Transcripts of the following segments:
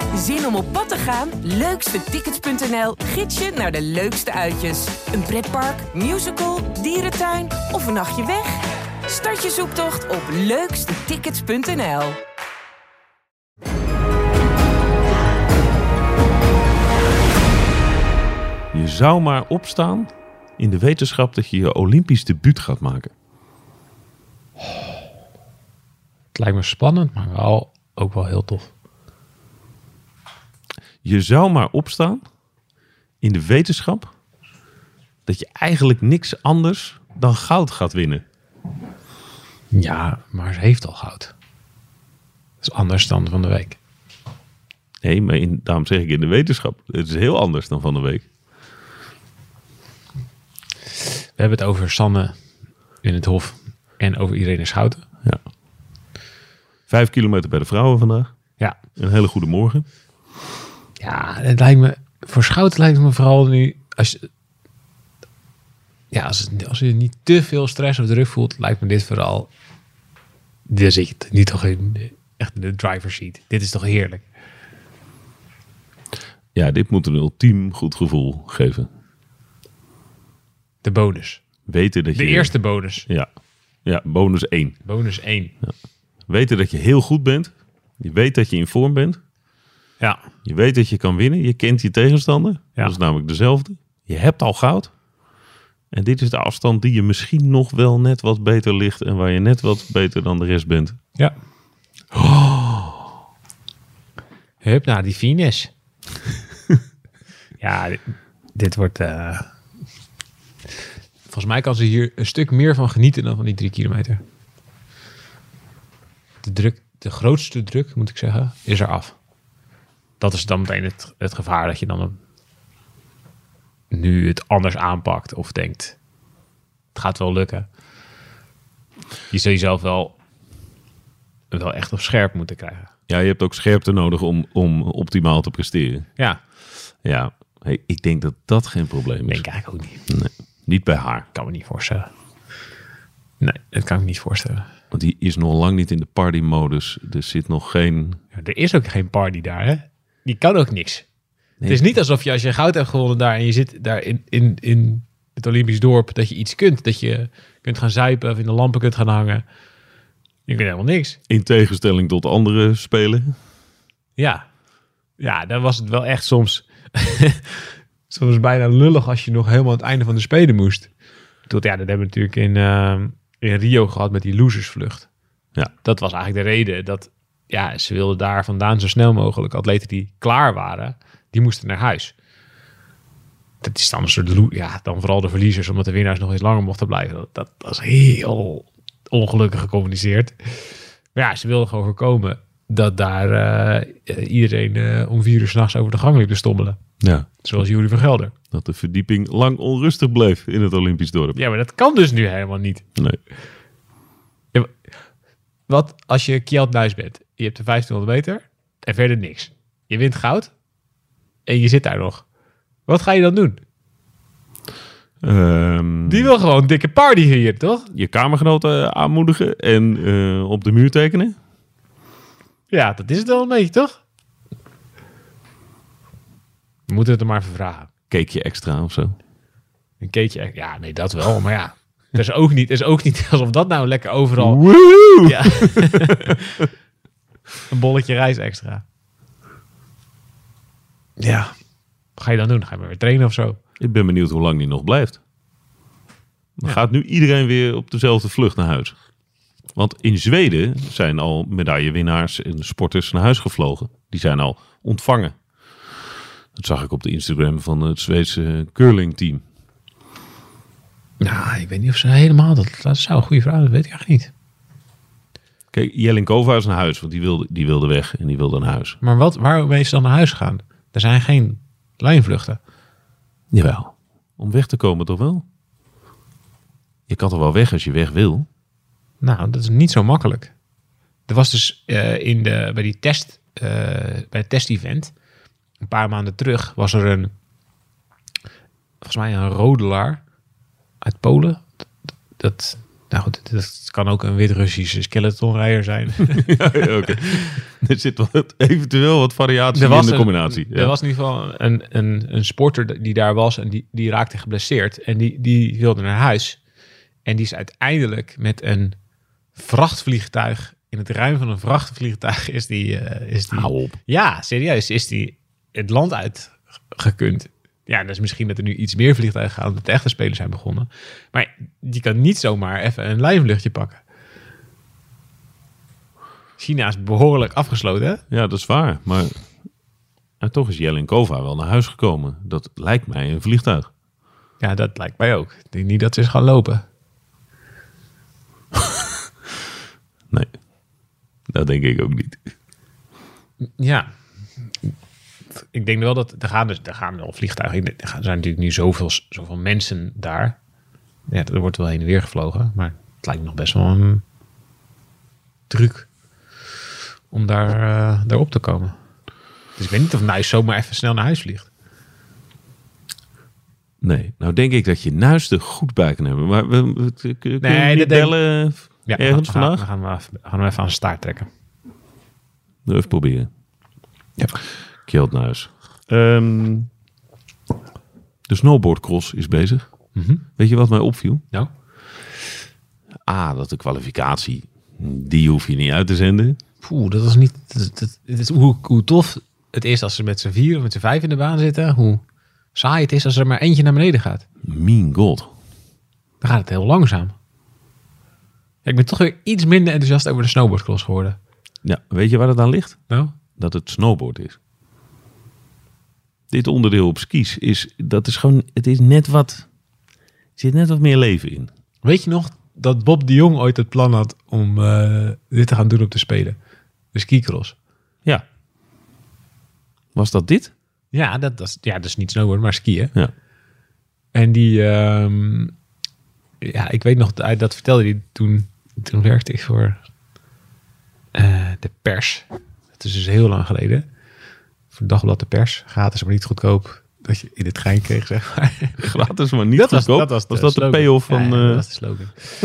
Zin om op pad te gaan? Leukstetickets.nl gids je naar de leukste uitjes. Een pretpark, musical, dierentuin of een nachtje weg? Start je zoektocht op leukstetickets.nl. Je zou maar opstaan in de wetenschap dat je je Olympisch debuut gaat maken. Het lijkt me spannend, maar wel ook wel heel tof. Je zou maar opstaan in de wetenschap dat je eigenlijk niks anders dan goud gaat winnen. Ja, maar ze heeft al goud. Dat is anders dan van de week. Nee, maar daarom zeg ik in de wetenschap. Het is heel anders dan van de week. We hebben het over Sanne in het Hof en over Irene Schouten. Ja. 5 kilometer bij de vrouwen vandaag. Ja. Een hele goede morgen. Ja, het lijkt me... Voor Schouten lijkt het me vooral nu... Als je niet te veel stress of druk voelt, lijkt me dit vooral... Daar zit je niet toch echt in de driver's seat. Dit is toch heerlijk? Ja, dit moet een ultiem goed gevoel geven. De bonus. Weten dat De eerste bonus. Ja, bonus 1. Bonus 1. Ja. Weten dat je heel goed bent. Je weet dat je in vorm bent. Ja. Je weet dat je kan winnen. Je kent je tegenstander. Ja. Dat is namelijk dezelfde. Je hebt al goud. En dit is de afstand die je misschien nog wel net wat beter ligt. En waar je net wat beter dan de rest bent. Ja. Oh. Hup, nou die finish. Ja, dit wordt... Volgens mij kan ze hier een stuk meer van genieten dan van die 3 kilometer. De grootste druk, moet ik zeggen, is eraf. Dat is dan meteen het gevaar dat je dan nu het anders aanpakt of denkt, het gaat wel lukken. Je zul jezelf wel echt op scherp moeten krijgen. Ja, je hebt ook scherpte nodig om optimaal te presteren. Ja. Ja, hey, ik denk dat dat geen probleem is. Denk ik eigenlijk ook niet. Nee, niet bij haar. Kan me niet voorstellen. Nee, dat kan ik me niet voorstellen. Want die is nog lang niet in de partymodus. Er zit nog geen... Ja, er is ook geen party daar, hè? Die kan ook niks. Nee. Het is niet alsof je als je goud hebt gewonnen daar en je zit daar in het Olympisch dorp, dat je iets kunt. Dat je kunt gaan zuipen of in de lampen kunt gaan hangen. Je kunt helemaal niks. In tegenstelling tot andere spelen. Ja. Ja, dan was het wel echt soms... soms bijna lullig als je nog helemaal aan het einde van de Spelen moest. Dat hebben we natuurlijk in Rio gehad met die losersvlucht. Ja. Dat was eigenlijk de reden dat... Ja, ze wilden daar vandaan zo snel mogelijk atleten die klaar waren, die moesten naar huis. Dat is dan een soort... dan vooral de verliezers, omdat de winnaars nog eens langer mochten blijven. Dat was heel ongelukkig gecommuniceerd. Maar ja, ze wilden gewoon voorkomen dat daar iedereen om 4 uur 's nachts over de gang liep te stommelen. Ja. Zoals Jury van Gelder. Dat de verdieping lang onrustig bleef in het Olympisch dorp. Ja, maar dat kan dus nu helemaal niet. Nee. Ja, wat als je Kjeld Nuis bent? Je hebt de 1500 meter en verder niks. Je wint goud en je zit daar nog. Wat ga je dan doen? Die wil gewoon een dikke party hier, toch? Je kamergenoten aanmoedigen en op de muur tekenen. Ja, dat is het wel een beetje, toch? We moeten het er maar even vragen. Cakeje extra of zo. Een keetje, ja, nee, dat wel. Maar ja, het is ook niet alsof dat nou lekker overal... Woehoe! Ja. Een bolletje rijst extra. Ja. Wat ga je dan doen? Ga je maar weer trainen of zo? Ik ben benieuwd hoe lang die nog blijft. Dan gaat nu iedereen weer op dezelfde vlucht naar huis. Want in Zweden zijn al medaillewinnaars en sporters naar huis gevlogen. Die zijn al ontvangen. Dat zag ik op de Instagram van het Zweedse curlingteam. Nou, ik weet niet of ze helemaal... Dat zou een goede vraag, dat weet ik eigenlijk niet. Kijk, Jelinkova is naar huis, want die wilde weg en die wilde naar huis. Maar waarom is ze dan naar huis gegaan? Er zijn geen lijnvluchten. Jawel. Om weg te komen toch wel? Je kan toch wel weg als je weg wil? Nou, dat is niet zo makkelijk. Er was dus bij het testevent, een paar maanden terug, was er volgens mij een rodelaar uit Polen. Nou goed, dat kan ook een Wit-Russische skeletonrijder zijn. Ja, oké. Er zit eventueel wat variatie in de combinatie. Er was in ieder geval een sporter die daar was en die raakte geblesseerd. En die wilde naar huis. En die is uiteindelijk met een vrachtvliegtuig, in het ruim van een vrachtvliegtuig is die Hou op. Ja, serieus, is die het land uitgekund. Ja, dat is misschien dat er nu iets meer vliegtuigen gaan, dat de echte spelers zijn begonnen. Maar die kan niet zomaar even een lijnvluchtje pakken. China is behoorlijk afgesloten, hè? Ja, dat is waar. Maar toch is Jelinkova wel naar huis gekomen. Dat lijkt mij een vliegtuig. Ja, dat lijkt mij ook. Ik denk niet dat ze is gaan lopen. Nee, dat denk ik ook niet. Ja. Ik denk wel dat er gaan wel vliegtuigen. Er zijn natuurlijk nu zoveel mensen daar. Ja, er wordt wel heen en weer gevlogen. Maar het lijkt me nog best wel een truc om daarop te komen. Dus ik weet niet of Nuis zomaar even snel naar huis vliegt. Nee, nou denk ik dat je Nuis er goed bij kan hebben. Maar we kunnen niet bellen ergens vandaag? Dan gaan we even aan zijn staart trekken. Even proberen. Ja. Kjeld Nuis. De snowboardcross is bezig. Mm-hmm. Weet je wat mij opviel? Nou? Dat de kwalificatie, die hoef je niet uit te zenden. Dat was niet... Het is hoe tof het is als ze met z'n 4 of met z'n 5 in de baan zitten. Hoe saai het is als er maar eentje naar beneden gaat. Mijn god. Dan gaat het heel langzaam. Ja, ik ben toch weer iets minder enthousiast over de snowboardcross geworden. Ja, weet je waar het aan ligt? Nou? Dat het snowboard is. Dit onderdeel op skis het is net wat... Er zit net wat meer leven in. Weet je nog dat Bob de Jong ooit het plan had om dit te gaan doen op de Spelen? De skicross. Ja. Was dat dit? Ja, dat is niet snowboard, maar skiën. Ja. En die... ik weet nog, dat vertelde hij toen werkte ik voor de pers. Dat is dus heel lang geleden. Voor Dagblad de Pers. Gratis, maar niet goedkoop. Dat je in de trein kreeg, zeg maar. Gratis, maar niet goedkoop? Was dat de payoff van... Ja, dat was de slogan.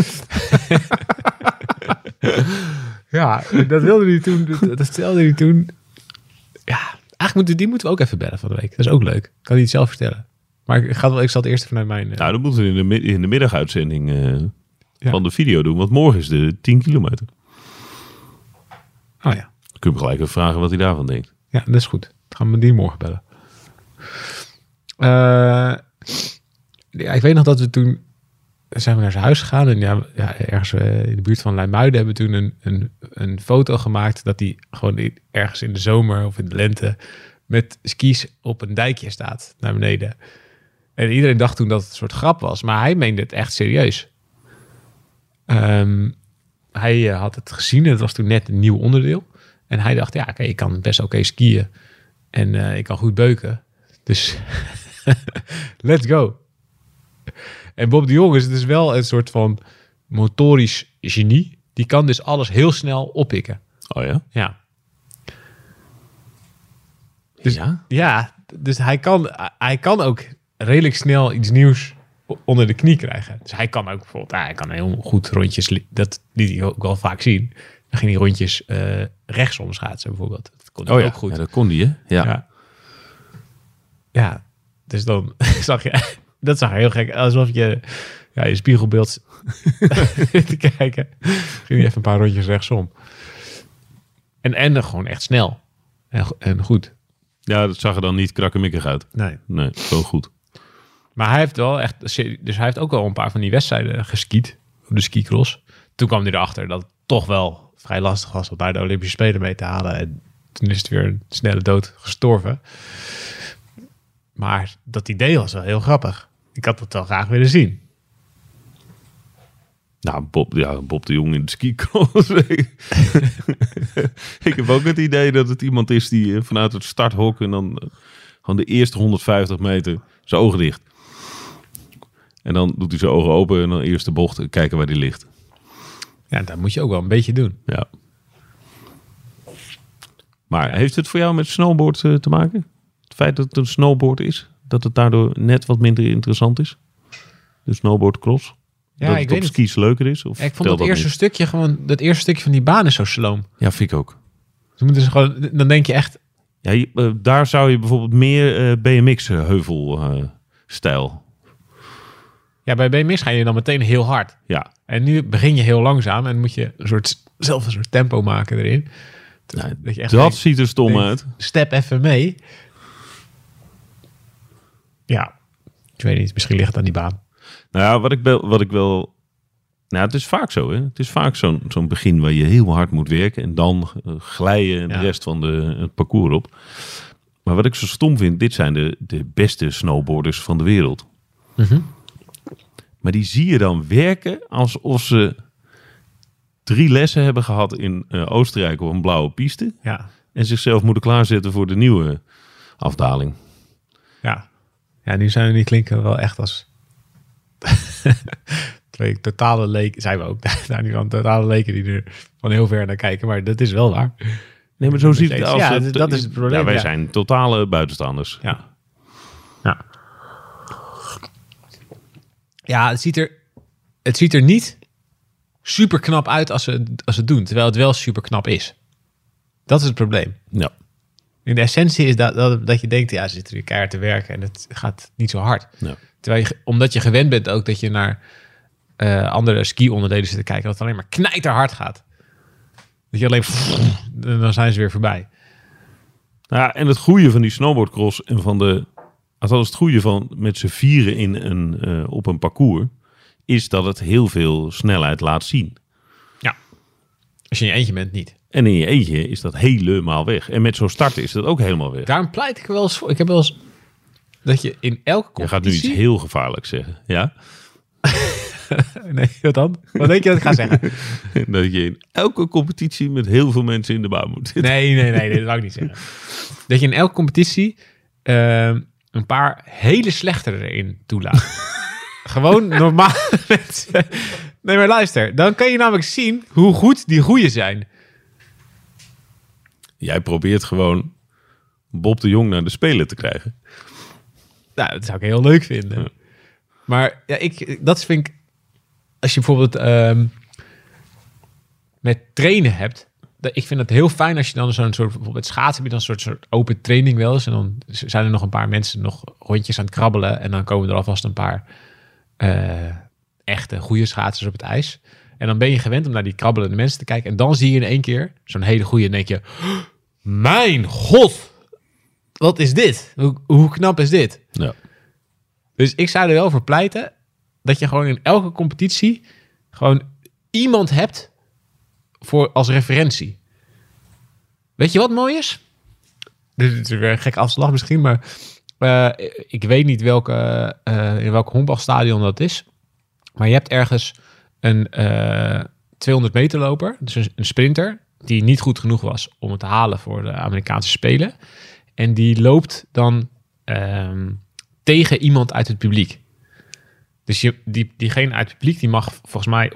Ja, dat wilde hij toen. Dat stelde hij toen. Ja, eigenlijk moeten we ook even bellen van de week. Dat is ook leuk. Kan hij het zelf vertellen. Maar ik zal het eerst vanuit mijn... Nou, dat moeten we in de middaguitzending van de video doen. Want morgen is de 10 kilometer. Oh ja. Dan kun je gelijk even vragen wat hij daarvan denkt. Ja, dat is goed. Dan gaan we die morgen bellen. Ik weet nog dat we toen... zijn we naar zijn huis gegaan. En ergens in de buurt van Leimuiden hebben we toen een foto gemaakt... dat hij gewoon ergens in de zomer of in de lente... met skis op een dijkje staat naar beneden. En iedereen dacht toen dat het een soort grap was. Maar hij meende het echt serieus. Hij had het gezien. Het was toen net een nieuw onderdeel. En hij dacht, ja, ik kan best oké skiën. En ik kan goed beuken. Dus let's go. En Bob de Jong is dus wel een soort van motorisch genie. Die kan dus alles heel snel oppikken. Oh ja? Ja. Dus, dus hij kan ook redelijk snel iets nieuws onder de knie krijgen. Dus hij kan ook bijvoorbeeld, hij kan heel goed rondjes, dat liet hij ook wel vaak zien. Dan ging hij rondjes rechtsom schaatsen bijvoorbeeld. Dat kon hij ook goed. Ja, dat kon hij, hè? Ja, dus dan zag je, dat zag er heel gek, alsof je je spiegelbeeld te kijken. Ging hij even een paar rondjes rechtsom. En gewoon echt snel. En goed. Ja, dat zag er dan niet krakkemikkig uit. Nee, zo goed. Maar hij heeft wel echt... Dus hij heeft ook wel een paar van die wedstrijden geskiet. Op de skicross. Toen kwam hij erachter dat het toch wel vrij lastig was... om daar de Olympische Spelen mee te halen. En toen is het weer een snelle dood gestorven. Maar dat idee was wel heel grappig. Ik had dat wel graag willen zien. Nou, Bob de Jong in de skicross. Ik heb ook het idee dat het iemand is die vanuit het starthok... en dan gewoon de eerste 150 meter zijn ogen dicht. En dan doet hij zijn ogen open en dan eerst de bocht en kijken waar die ligt. Ja, dat moet je ook wel een beetje doen. Ja. Maar heeft het voor jou met snowboard te maken? Het feit dat het een snowboard is? Dat het daardoor net wat minder interessant is? De snowboardcross? Ja, dat ik het weet op het. skis leuker is? Of Ik vond telt dat eerste niet? stukje gewoon... Dat eerste stukje van die baan is zo sloom. Ja, vind ik ook. Dus moeten ze gewoon... Dan denk je echt... Ja, daar zou je bijvoorbeeld meer BMX-heuvel-stijl. Ja, bij BMX ga je dan meteen heel hard. Ja. En nu begin je heel langzaam en moet je zelf een soort tempo maken erin. Nou, Dat je echt dat denkt, ziet er stom uit. step even mee. Ja, ik weet niet. Misschien ligt het aan die baan. Nou ja, wat ik wel... Nou, het is vaak zo, hè. Het is vaak zo'n begin waar je heel hard moet werken en dan glijden de rest van het parcours op. Maar wat ik zo stom vind, dit zijn de beste snowboarders van de wereld. Maar die zie je dan werken alsof ze 3 lessen hebben gehad in Oostenrijk op een blauwe piste. Ja, En zichzelf moeten klaarzetten voor de nieuwe afdaling. ja. Ja, nu zijn we niet klinken wel echt als... Twee totale leken... Zijn we ook daar nu aan totale leken die er van heel ver naar kijken. Maar dat is wel waar. Nee, maar zo ziet het als... Ja, dat is het probleem. Ja, wij ja. zijn totale buitenstaanders. Ja. Ja. Ja, het ziet er niet super knap uit als ze het doen. Terwijl het wel super knap is. Dat is het probleem. Ja. In de essentie is dat je denkt... Ja, ze zitten weer keihard te werken en het gaat niet zo hard. Ja. Terwijl omdat je gewend bent ook dat je naar andere ski-onderdelen zit te kijken... dat het alleen maar knijterhard gaat. Dat je alleen... dan zijn ze weer voorbij. Ja, en het goede van die snowboardcross en van althans het goede van met z'n vieren op een parcours... is dat het heel veel snelheid laat zien. Ja. Als je in je eentje bent, niet. En in je eentje is dat helemaal weg. En met zo'n start is dat ook helemaal weg. Daarom pleit ik er wel eens voor. Ik heb wel eens... dat je in elke competitie... Je gaat nu iets heel gevaarlijks zeggen, ja? Nee, wat dan? Wat denk je dat ik ga zeggen? Dat je in elke competitie met heel veel mensen in de baan moet zitten. Nee, dat wou ik niet zeggen. Dat je in elke competitie een paar hele slechte erin toelaat. Gewoon normaal mensen. Nee, maar luister. Dan kan je namelijk zien hoe goed die goeie zijn. Jij probeert gewoon Bob de Jong naar de Spelen te krijgen. Nou, dat zou ik heel leuk vinden. Ja. Maar ja, dat vind ik... Als je bijvoorbeeld met trainen hebt... Ik vind het heel fijn als je dan zo'n soort... Bijvoorbeeld met schaatsen heb je dan een soort open training wel eens. En dan zijn er nog een paar mensen nog rondjes aan het krabbelen. En dan komen er alvast een paar echte goede schaatsers op het ijs. En dan ben je gewend om naar die krabbelende mensen te kijken. En dan zie je in één keer zo'n hele goede en denk je... Mijn god! Wat is dit? Hoe knap is dit? Ja. Dus ik zou er wel voor pleiten dat je gewoon in elke competitie gewoon iemand hebt als referentie. Weet je wat mooi is? Dit is weer een gekke afslag misschien, maar ik weet niet in welk honkbalstadion dat is. Maar je hebt ergens een 200 meter loper, dus een sprinter, die niet goed genoeg was om het te halen voor de Amerikaanse Spelen. En die loopt dan tegen iemand uit het publiek. Dus diegene uit het publiek die mag volgens mij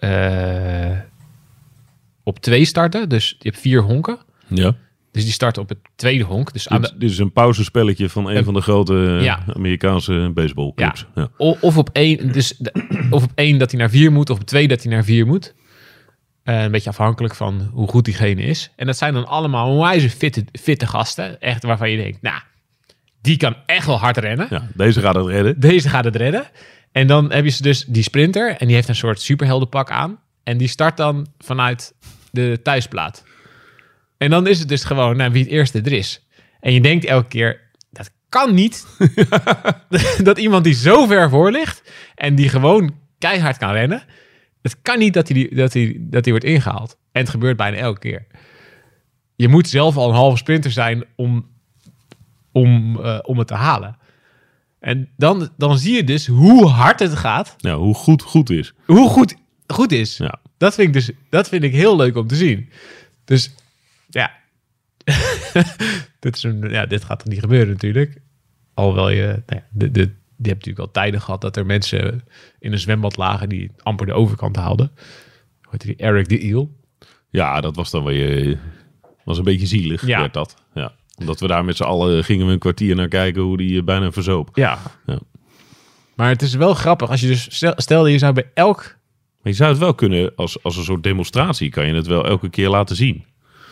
op 2 starten. Dus je hebt 4 honken. Ja. Dus die starten op het tweede honk. Dus Dit is een pauzespelletje van een van de grote Amerikaanse baseballclubs. Ja. Ja. Of op 1, of op 1 dat hij naar 4 moet, of op 2 dat hij naar 4 moet. Een beetje afhankelijk van hoe goed diegene is. En dat zijn dan allemaal onwijs fitte gasten. Echt waarvan je denkt, nou, die kan echt wel hard rennen. Ja, deze gaat het redden. Deze gaat het redden. En dan heb je dus die sprinter. En die heeft een soort superheldenpak aan. En die start dan vanuit de thuisplaat. En dan is het dus gewoon wie het eerste er is. En je denkt elke keer, dat kan niet. Dat iemand die zo ver voor ligt. En die gewoon keihard kan rennen. Het kan niet dat hij wordt ingehaald. En het gebeurt bijna elke keer. Je moet zelf al een halve sprinter zijn om het te halen. En dan zie je dus hoe hard het gaat. Ja, hoe goed is. Hoe goed is. Ja. Dat vind ik heel leuk om te zien. Dus ja. Dit gaat er niet gebeuren natuurlijk. Alhoewel je hebt natuurlijk al tijden gehad dat er mensen in een zwembad lagen die amper de overkant haalden. Hoe heet die? Eric de Eel. Ja, dat was dan weer... was een beetje zielig, Ja. werd dat. Ja. Omdat we daar met z'n allen gingen we een kwartier naar kijken hoe die bijna verzoop. Ja. Ja. Maar het is wel grappig als je dus... Stel dat je zou bij elk... Maar je zou het wel kunnen, als een soort demonstratie, kan je het wel elke keer laten zien.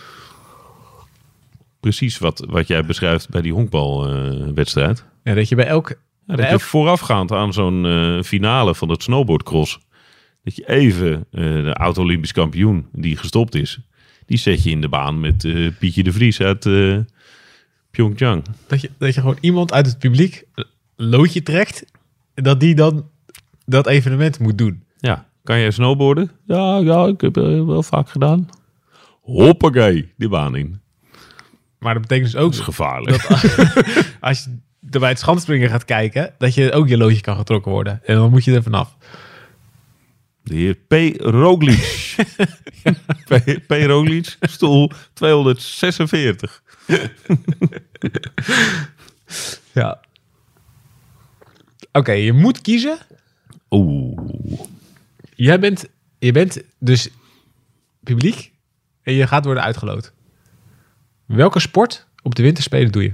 Precies wat jij beschrijft bij die honkbalwedstrijd. Ja, dat je bij elk... Je voorafgaand aan zo'n finale van het snowboardcross, dat je even de oud-Olympisch kampioen die gestopt is, die zet je in de baan met Pietje de Vries uit Pyeongchang. Dat je gewoon iemand uit het publiek een loodje trekt, dat die dan dat evenement moet doen. Ja, kan jij snowboarden? Ja, ik heb wel vaak gedaan. Hoppakee, die baan in. Maar dat betekent dus ook... Dat is gevaarlijk. Als je bij het schanspringen gaat kijken, dat je ook je loodje kan getrokken worden. En dan moet je er vanaf. De heer P. Roglic. P. Roglic, stoel 246. Ja. Oké, je moet kiezen. Oeh. Je bent dus publiek en je gaat worden uitgeloot. Welke sport op de winterspelen doe je?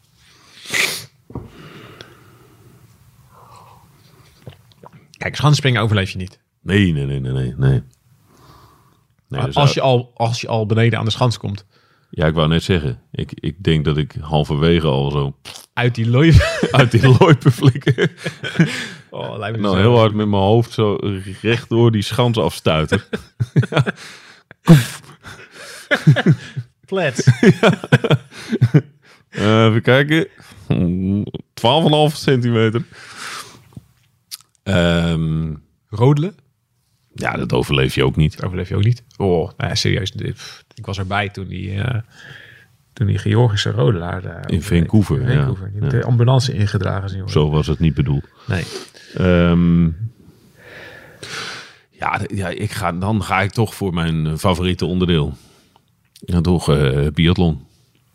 Kijk, schanspringen overleef je niet. Nee. Als je al beneden aan de schans komt. Ja, ik wou net zeggen. Ik denk dat ik halverwege al zo Uit die looi. uit die loipen flikker. Oh, lijkt me Nou, zo. heel hard met mijn hoofd zo recht door die schans afstuiten. Flats. Even kijken. 12,5 centimeter. Rodelen? Ja, dat overleef je ook niet. Dat overleef je ook niet. Oh, nou ja, serieus. Ik was erbij toen die Georgische rodelaar daar... In Vancouver, Die heeft de ambulance ingedragen. Zien, Zo was het niet bedoeld. Nee. Dan ga ik toch voor mijn favoriete onderdeel. Ja, toch biathlon.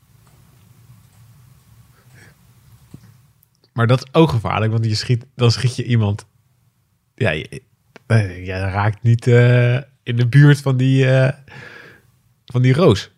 Maar dat is ook gevaarlijk, want dan schiet je iemand... Ja, je raakt niet in de buurt van die roos.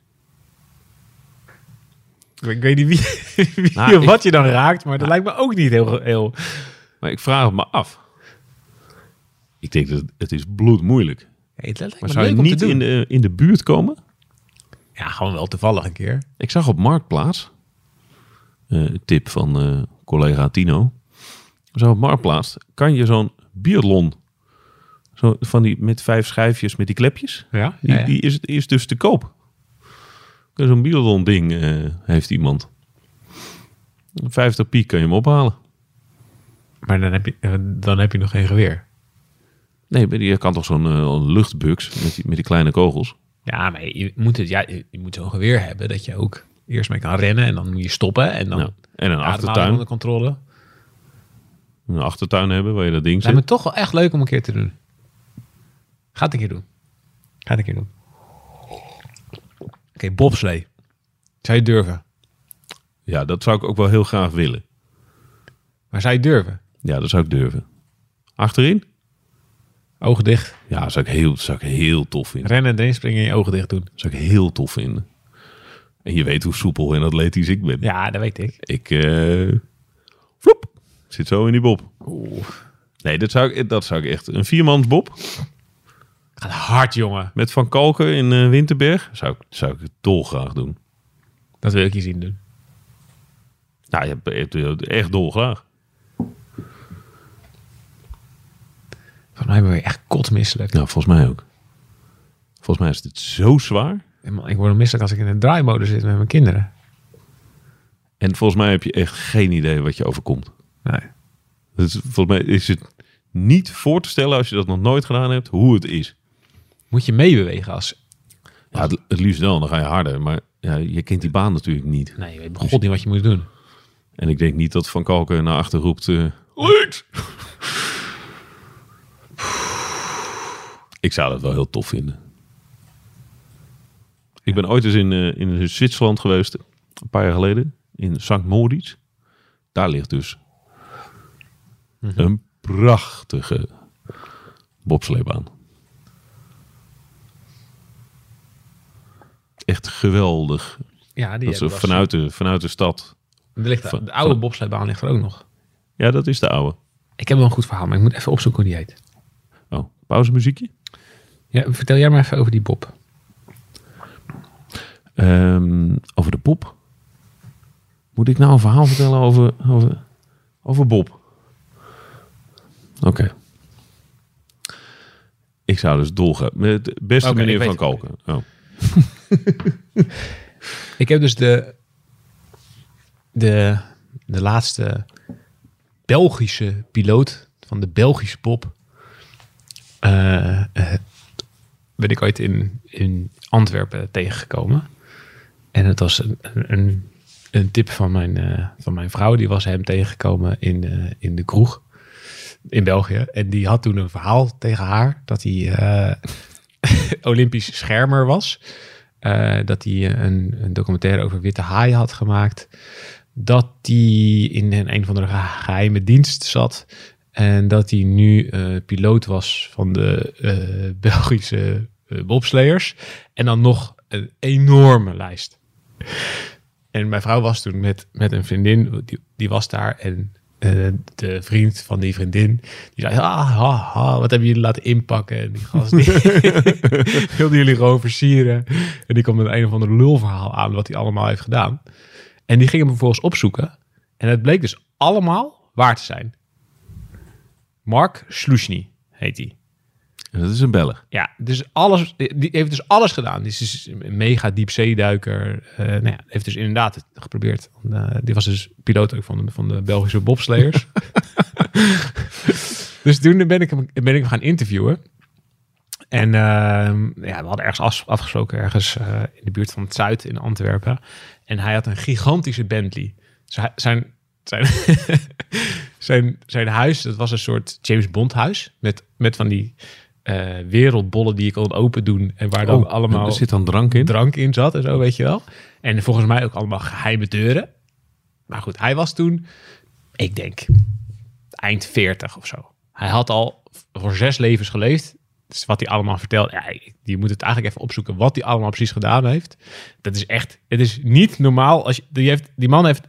Ik weet niet wie of wat je dan raakt, maar dat lijkt me ook niet heel... Maar ik vraag het me af. Ik denk dat het is bloedmoeilijk. Hey, dat lijkt Maar me zou je leuk om te niet doen. in de buurt komen? Ja, gewoon wel toevallig een keer. Ik zag op Marktplaats, tip van collega Tino. Zo op Marktplaats kan je zo'n biathlon, zo van die met 5 schijfjes met die klepjes, Ja? die is dus te koop. Zo'n biathlon ding heeft iemand. 50 piek kan je hem ophalen. Maar dan heb je nog geen geweer. Nee, maar je kan toch zo'n luchtbuks met die kleine kogels. Ja, maar je moet zo'n geweer hebben dat je ook eerst mee kan rennen en dan moet je stoppen en dan Ja. En een ademhaling achtertuin. onder controle. Een achtertuin hebben waar je dat ding Lijkt me zit. toch wel echt leuk om een keer te doen. Ga het een keer doen. Oké, bobslee. Zou je durven? Ja, dat zou ik ook wel heel graag willen. Maar zou je durven? Ja, dat zou ik durven. Achterin? Ogen dicht. Ja, zou ik heel tof vinden. Rennen en erin springen en je ogen dicht doen. Zou ik heel tof vinden. En je weet hoe soepel en atletisch ik ben. Ja, dat weet ik. Ik vloep, zit zo in die bob. Oeh. Nee, dat zou ik echt... Een 4-mansbob Gaat hard, jongen. met Van Kalken in Winterberg. Zou ik het dolgraag doen. Dat wil ik je zien doen. Nou, je hebt echt dolgraag. Volgens mij ben je echt kotsmisselijk. Nou, volgens mij ook. Volgens mij is het zo zwaar. En man, ik word misselijk als ik in een draaimodus zit met mijn kinderen. En volgens mij heb je echt geen idee wat je overkomt. Nee. Dus volgens mij is het niet voor te stellen, als je dat nog nooit gedaan hebt, hoe het is. Moet je meebewegen als... Ja, het liefst wel, dan ga je harder. Maar ja, je kent die baan natuurlijk niet. Nee, je weet god niet wat je moet doen. En ik denk niet dat Van Kalken naar achter roept... links! Ik zou dat wel heel tof vinden. Ik ben ooit eens in Zwitserland geweest, een paar jaar geleden, in St. Moritz. Daar ligt dus een prachtige bobsleebaan. Echt geweldig. Ja, die Dat is vanuit de stad. de oude bobsleebaan ligt er ook nog. Ja, dat is de oude. Ik heb wel een goed verhaal, maar ik moet even opzoeken hoe die heet. Oh, pauzemuziekje? Ja, vertel jij maar even over die Bob. Over de Bob? Moet ik nou een verhaal vertellen over Bob? Oké. Ik zou dus dolgaan. Met de beste manier van koken. Oh. Ik heb dus de laatste Belgische piloot van de Belgische Bob. Ben ik ooit in Antwerpen tegengekomen. En het was een tip van mijn vrouw. Die was hem tegengekomen in de kroeg in België. En die had toen een verhaal tegen haar dat hij Olympisch schermer was. Dat hij een documentaire over witte haaien had gemaakt. Dat hij in een van de geheime dienst zat. En dat hij nu piloot was van de Belgische bobsleiers. En dan nog een enorme lijst. En mijn vrouw was toen met een vriendin, die was daar. En de vriend van die vriendin, die zei, wat hebben jullie laten inpakken? En die gast, die wilden jullie gewoon versieren. En die kwam met een of ander lulverhaal aan wat hij allemaal heeft gedaan. En die ging hem vervolgens opzoeken. En het bleek dus allemaal waar te zijn. Mark Slushny heet hij. Dat is een Belg. Ja, dus die heeft dus alles gedaan. Die is dus een mega diepzeeduiker. Heeft dus inderdaad geprobeerd. Die was dus piloot ook van de Belgische bobsleiers. Dus toen ben ik hem gaan interviewen. En we hadden ergens afgesproken, ergens in de buurt van het Zuid in Antwerpen. En hij had een gigantische Bentley. Dus zijn huis, dat was een soort James Bond huis. Met van die wereldbollen die je kon open doen. En waar dan allemaal... Er zit dan drank in zat en zo, weet je wel. En volgens mij ook allemaal geheime deuren. Maar goed, hij was toen, ik denk, eind 40 of zo. Hij had al voor 6 levens geleefd. Dus wat hij allemaal vertelt, je moet het eigenlijk even opzoeken wat hij allemaal precies gedaan heeft. Dat is echt, het is niet normaal. Die man heeft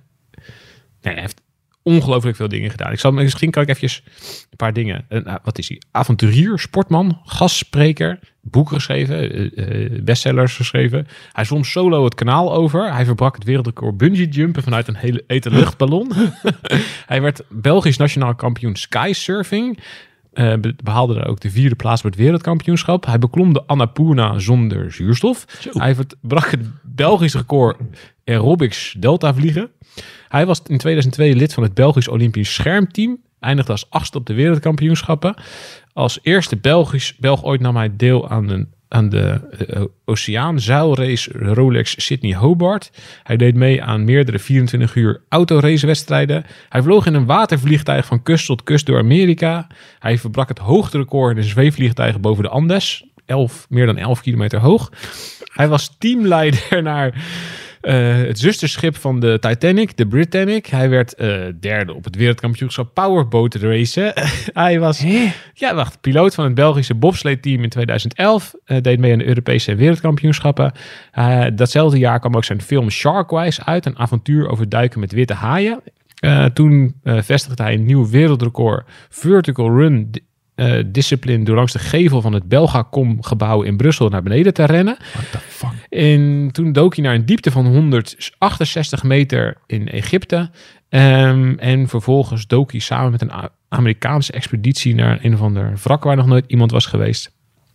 ongelooflijk veel dingen gedaan. Misschien kan ik eventjes een paar dingen. Wat is hij? Avonturier, sportman, gastspreker, boeken geschreven, bestsellers geschreven. Hij zwom solo het kanaal over. Hij verbrak het wereldrecord bungee jumpen vanuit een hele luchtballon. Hij werd Belgisch nationaal kampioen skysurfing. Behaalde daar ook de 4e plaats bij het wereldkampioenschap. Hij beklom de Annapurna zonder zuurstof. Zo. Hij verbrak het Belgisch record aerobics delta vliegen. Hij was in 2002 lid van het Belgisch Olympisch schermteam. Eindigde als 8e op de wereldkampioenschappen. Als eerste Belg ooit nam hij deel aan de Oceaanzuilrace Rolex Sydney Hobart. Hij deed mee aan meerdere 24 uur autoracewedstrijden. Hij vloog in een watervliegtuig van kust tot kust door Amerika. Hij verbrak het hoogterecord in een zweefvliegtuig boven de Andes. Meer dan 11 kilometer hoog. Hij was teamleider naar het zusterschip van de Titanic, de Britannic. Hij werd derde op het wereldkampioenschap powerboat racen. Hij was piloot van het Belgische bobsleeteam in 2011. Deed mee aan de Europese wereldkampioenschappen. Datzelfde jaar kwam ook zijn film Sharkwise uit. Een avontuur over duiken met witte haaien. Toen vestigde hij een nieuw wereldrecord vertical run discipline door langs de gevel van het Belgacom gebouw in Brussel naar beneden te rennen. What the fuck? En toen dook hij naar een diepte van 168 meter in Egypte. En vervolgens dook hij samen met een Amerikaanse expeditie naar een of ander wrak waar nog nooit iemand was geweest.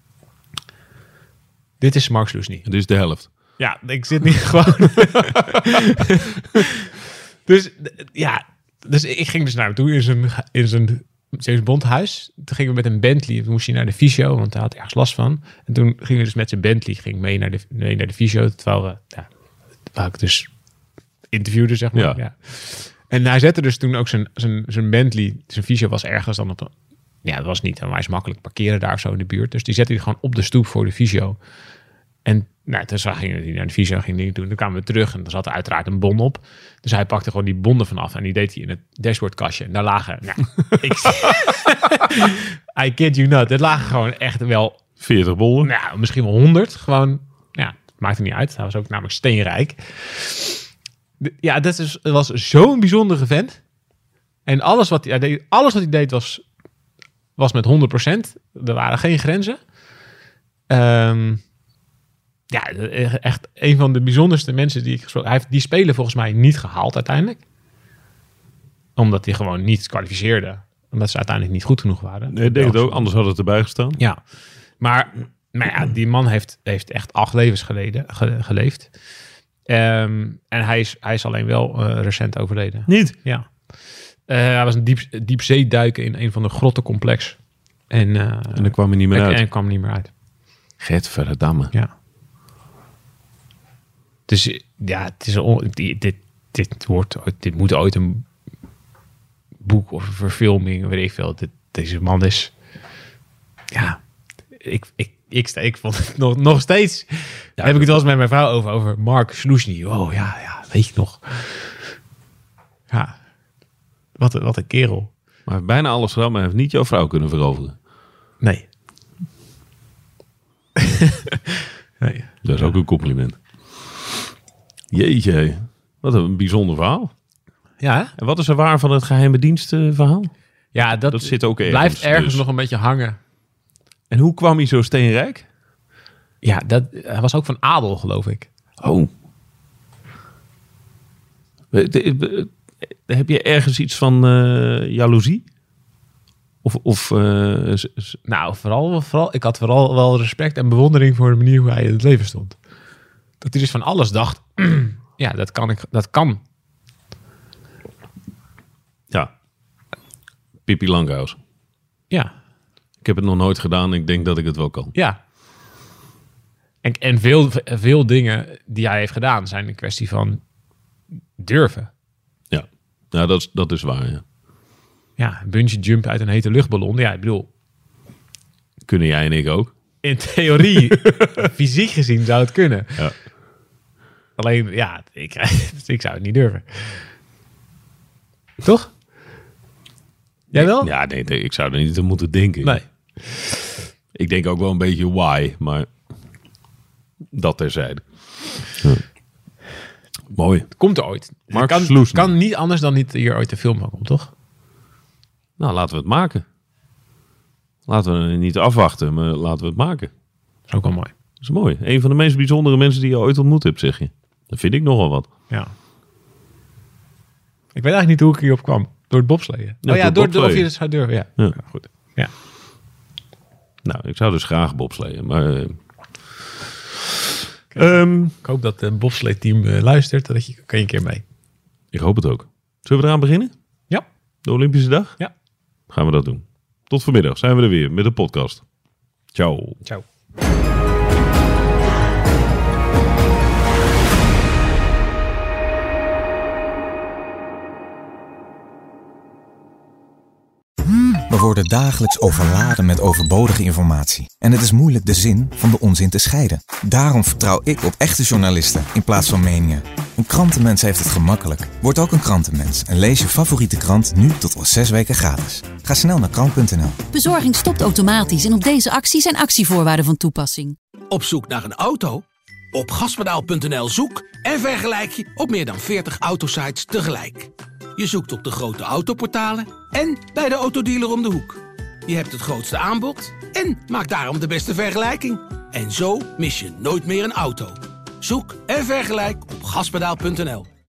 Dit is Mark Slushny. Dit is de helft. Ja, ik zit niet gewoon... Dus ik ging dus naar hem toe in zijn James Bond huis. Toen gingen we met een Bentley. Toen moest hij naar de fysio, want hij had ergens last van. En toen gingen we dus met zijn Bentley mee naar de fysio. Terwijl ik dus interviewde, zeg maar. Ja. En hij zette dus toen ook zijn Bentley. Zijn fysio was ergens dan op... Ja, dat was niet onwijs makkelijk parkeren daar of zo in de buurt. Dus die zette hij gewoon op de stoep voor de fysio. En toen gingen we naar de fysio, ging dingen doen. Toen kwamen we terug en er zat er uiteraard een bon op. Dus hij pakte gewoon die bonnen vanaf en die deed hij in het dashboardkastje. En daar lagen... I kid you not. Er lagen gewoon echt wel... 40 bollen? Nou, misschien wel 100. Gewoon, het maakte niet uit. Hij was ook namelijk steenrijk. Het was zo'n bijzondere vent. En alles wat hij deed was met 100%. Er waren geen grenzen. Echt een van de bijzonderste mensen die ik gesproken heb. Die spelen volgens mij niet gehaald uiteindelijk. Omdat hij gewoon niet kwalificeerde. Omdat ze uiteindelijk niet goed genoeg waren. Nee, ik denk het ook. Anders had het erbij gestaan. Ja, maar die man heeft echt 8 levens geleefd. En hij is alleen wel recent overleden. Niet? Ja. Hij was een diepzeeduiker in een van de grottencomplex. En daar kwam hij niet meer uit. En kwam niet meer uit. Gadverdamme. Ja. Dus ja, het is dit moet ooit een boek of een verfilming, weet ik veel. Deze man is... Ja, ik vond het nog steeds... Ja, heb ik het wel eens met mijn vrouw over Mark Sloesny. Oh ja, weet je nog. Ja, wat een kerel. Maar hij heeft bijna alles gedaan, maar hij heeft niet jouw vrouw kunnen veroveren. Nee. Nee. Dat is ook een compliment. Jeetje, wat een bijzonder verhaal. Ja, hè? En wat is er waar van het geheime dienstverhaal? Ja, dat zit ook ergens. Blijft ergens dus nog een beetje hangen. En hoe kwam hij zo steenrijk? Ja, hij was ook van adel, geloof ik. Oh. Heb je ergens iets van jaloezie? Nou, vooral, ik had vooral wel respect en bewondering voor de manier hoe hij in het leven stond. Dat hij dus van alles dacht. Ja, dat kan. Ja. Pippi Langkous. Ja. Ik heb het nog nooit gedaan. Ik denk dat ik het wel kan. Ja. En veel dingen die hij heeft gedaan zijn een kwestie van durven. Ja, dat is waar, ja. Ja, bungee jump uit een hete luchtballon. Ja, ik bedoel... Kunnen jij en ik ook? In theorie, fysiek gezien zou het kunnen. Ja. Alleen, ja, ik zou het niet durven. Toch? Jij wel? Ja, nee, ik zou er niet aan moeten denken. Nee. Ik denk ook wel een beetje why, maar dat terzijde. Ja. Mooi. Het komt er ooit. Mark Het Sloesny. kan niet anders dan niet hier ooit de film van komt, toch? Nou, laten we het maken. Laten we niet afwachten, maar laten we het maken. Dat is ook wel mooi. Dat is mooi. Een van de meest bijzondere mensen die je ooit ontmoet hebt, zeg je. Dat vind ik nogal wat. Ja. Ik weet eigenlijk niet hoe ik hierop kwam. Door het bobsleeën. Ja, door of je het zou durven. Ja. Ja. Ja, goed. Ja. Nou, ik zou dus graag bobsleeën, maar... Ik hoop dat het bobsleeteam luistert. Dat kan je een keer mee. Ik hoop het ook. Zullen we eraan beginnen? Ja. De Olympische dag? Ja. Gaan we dat doen. Tot vanmiddag zijn we er weer met de podcast. Ciao. Ciao. We worden dagelijks overladen met overbodige informatie. En het is moeilijk de zin van de onzin te scheiden. Daarom vertrouw ik op echte journalisten in plaats van meningen. Een krantenmens heeft het gemakkelijk. Word ook een krantenmens en lees je favoriete krant nu tot wel 6 weken gratis. Ga snel naar krant.nl. Bezorging stopt automatisch en op deze actie zijn actievoorwaarden van toepassing. Op zoek naar een auto? Op gaspedaal.nl zoek en vergelijk je op meer dan 40 autosites tegelijk. Je zoekt op de grote autoportalen en bij de autodealer om de hoek. Je hebt het grootste aanbod en maakt daarom de beste vergelijking. En zo mis je nooit meer een auto. Zoek en vergelijk op gaspedaal.nl.